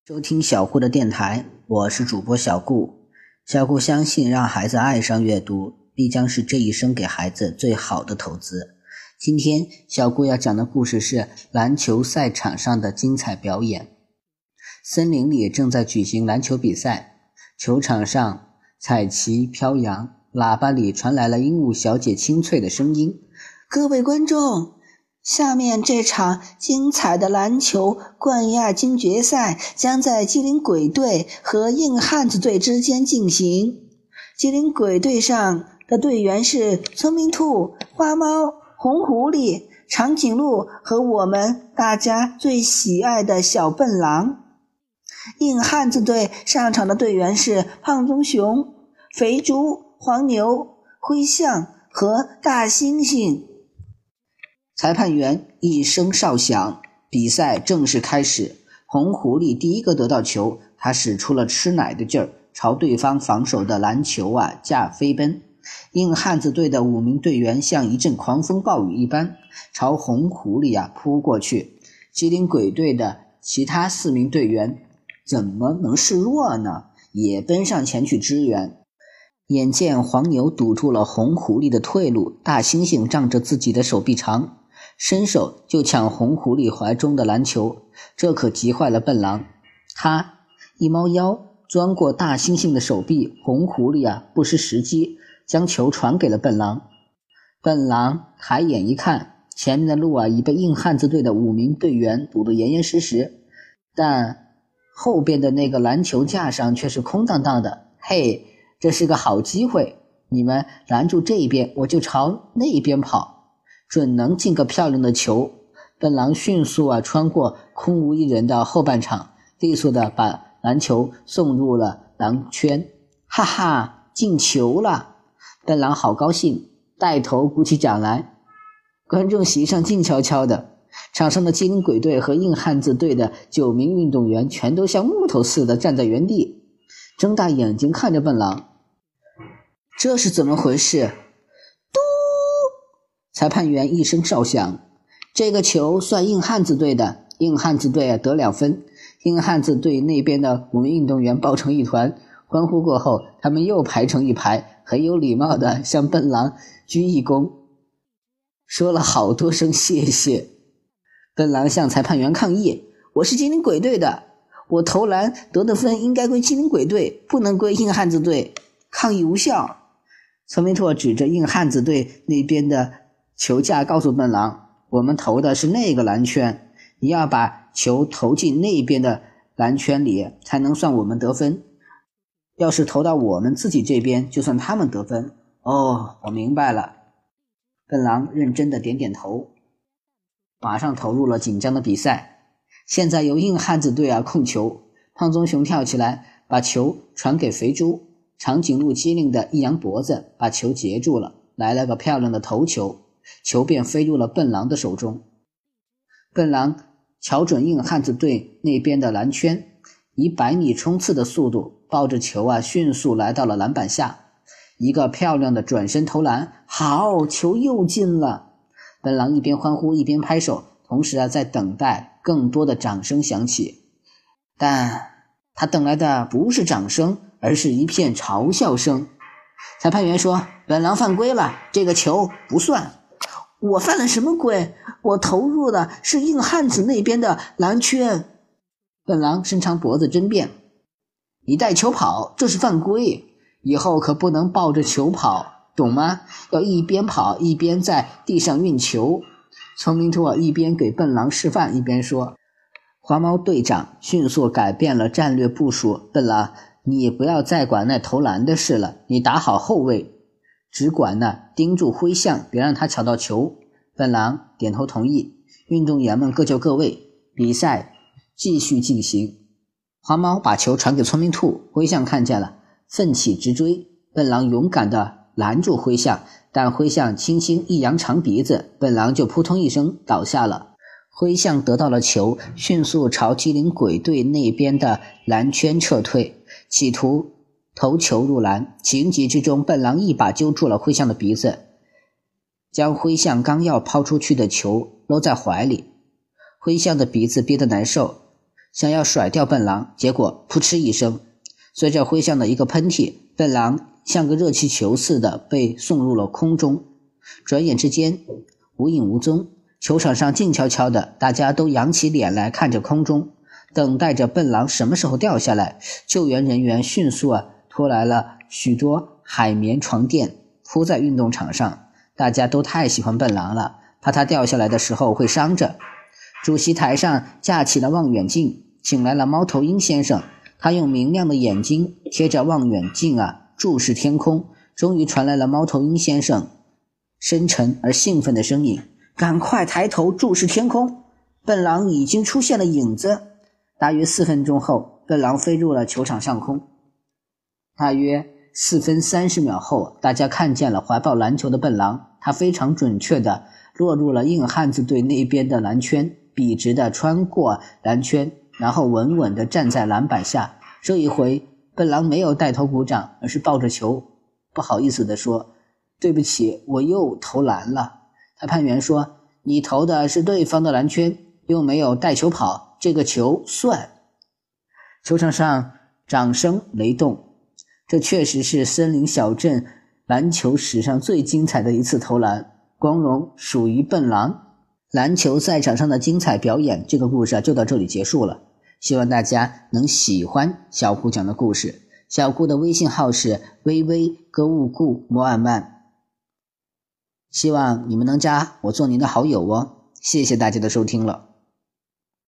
收听小顾的电台，我是主播小顾。小顾相信，让孩子爱上阅读，必将是这一生给孩子最好的投资。今天小顾要讲的故事是篮球赛场上的精彩表演。森林里正在举行篮球比赛，球场上彩旗飘扬，喇叭里传来了鹦鹉小姐清脆的声音：各位观众，下面这场精彩的篮球冠亚军决赛将在机灵鬼队和硬汉子队之间进行。机灵鬼队上的队员是聪明兔、花猫、红狐狸、长颈鹿和我们大家最喜爱的小笨狼。硬汉子队上场的队员是胖棕熊、肥猪、黄牛、灰象和大猩猩。裁判员一声哨响，比赛正式开始。红狐狸第一个得到球，他使出了吃奶的劲儿，朝对方防守的篮球架飞奔。硬汉子队的5名队员像一阵狂风暴雨一般朝红狐狸扑过去。机灵鬼队的其他4名队员怎么能示弱呢？也奔上前去支援。眼见黄牛堵住了红狐狸的退路，大猩猩仗着自己的手臂长，伸手就抢红狐狸怀中的篮球，这可急坏了笨狼。他一猫腰钻过大猩猩的手臂，红狐狸不失时机将球传给了笨狼。笨狼抬眼一看，前面的路已被硬汉子队的5名队员堵得严严实实，但后边的那个篮球架上却是空荡荡的。嘿，这是个好机会，你们拦住这边，我就朝那边跑，准能进个漂亮的球。笨狼迅速穿过空无一人的后半场，利索地把篮球送入了篮圈。哈哈，进球了！笨狼好高兴，带头鼓起掌来。观众席上静悄悄的，场上的机灵鬼队和硬汉子队的9名运动员全都像木头似的站在原地，睁大眼睛看着笨狼。这是怎么回事？嘟！裁判员一声哨响，这个球算硬汉子队的，硬汉子队得2分。硬汉子队那边的5名运动员抱成一团，欢呼过后，他们又排成一排，很有礼貌地向笨狼鞠一躬，说了好多声谢谢。笨狼向裁判员抗议：我是机灵鬼队的，我投篮得的分应该归机灵鬼队，不能归硬汉子队。抗议无效。聪明兔指着硬汉子队那边的球架告诉笨狼：我们投的是那个篮圈，你要把球投进那边的篮圈里才能算我们得分，要是投到我们自己这边就算他们得分。哦，我明白了。笨狼认真的点点头，马上投入了紧张的比赛。现在由硬汉子队控球，胖棕熊跳起来把球传给肥猪，长颈鹿机灵的一扬脖子把球截住了，来了个漂亮的头球，球便飞入了笨狼的手中。笨狼瞧准硬汉子队那边的篮圈，以100米冲刺的速度抱着球迅速来到了篮板下，一个漂亮的转身投篮，好，球又进了。笨狼一边欢呼一边拍手，同时在等待更多的掌声响起。但他等来的不是掌声，而是一片嘲笑声。裁判员说：笨狼犯规了，这个球不算。我犯了什么规？我投入的是硬汉子那边的篮圈。笨狼伸长脖子争辩：你带球跑，这是犯规，以后可不能抱着球跑，懂吗？要一边跑一边在地上运球。聪明兔一边给笨狼示范一边说。花猫队长迅速改变了战略部署：笨狼，你不要再管那投篮的事了，你打好后卫，只管盯住灰象，别让他抢到球。笨狼点头同意，运动员们各就各位，比赛继续进行。花猫把球传给聪明兔，灰象看见了，奋起直追。笨狼勇敢地拦住灰象，但灰象轻轻一扬长鼻子，笨狼就扑通一声倒下了。灰象得到了球，迅速朝机灵鬼队那边的篮圈撤退，企图投球入篮。情急之中，笨狼一把揪住了灰象的鼻子，将灰象刚要抛出去的球搂在怀里。灰象的鼻子憋得难受， 想要甩掉笨狼，结果扑哧一声，随着挥向的一个喷嚏，笨狼像个热气球似的被送入了空中，转眼之间无影无踪。球场上静悄悄的，大家都扬起脸来看着空中，等待着笨狼什么时候掉下来。救援人员迅速拖来了许多海绵床垫铺在运动场上，大家都太喜欢笨狼了，怕他掉下来的时候会伤着。主席台上架起了望远镜，请来了猫头鹰先生，他用明亮的眼睛贴着望远镜注视天空。终于传来了猫头鹰先生深沉而兴奋的声音：赶快抬头注视天空，笨狼已经出现了影子。大约4分钟后，笨狼飞入了球场上空。大约4分30秒后，大家看见了怀抱篮球的笨狼，他非常准确地落入了硬汉子队那边的篮圈，笔直地穿过篮圈，然后稳稳地站在篮板下。这一回笨狼没有带头鼓掌，而是抱着球不好意思地说：对不起，我又投篮了。裁判员说：你投的是对方的篮圈，又没有带球跑，这个球算。球场上掌声雷动，这确实是森林小镇篮球史上最精彩的一次投篮，光荣属于笨狼。篮球赛场上的精彩表演，这个故事就到这里结束了。希望大家能喜欢小顾讲的故事。小顾的微信号是微微歌舞顾摩尔曼，希望你们能加我做您的好友哦。谢谢大家的收听了。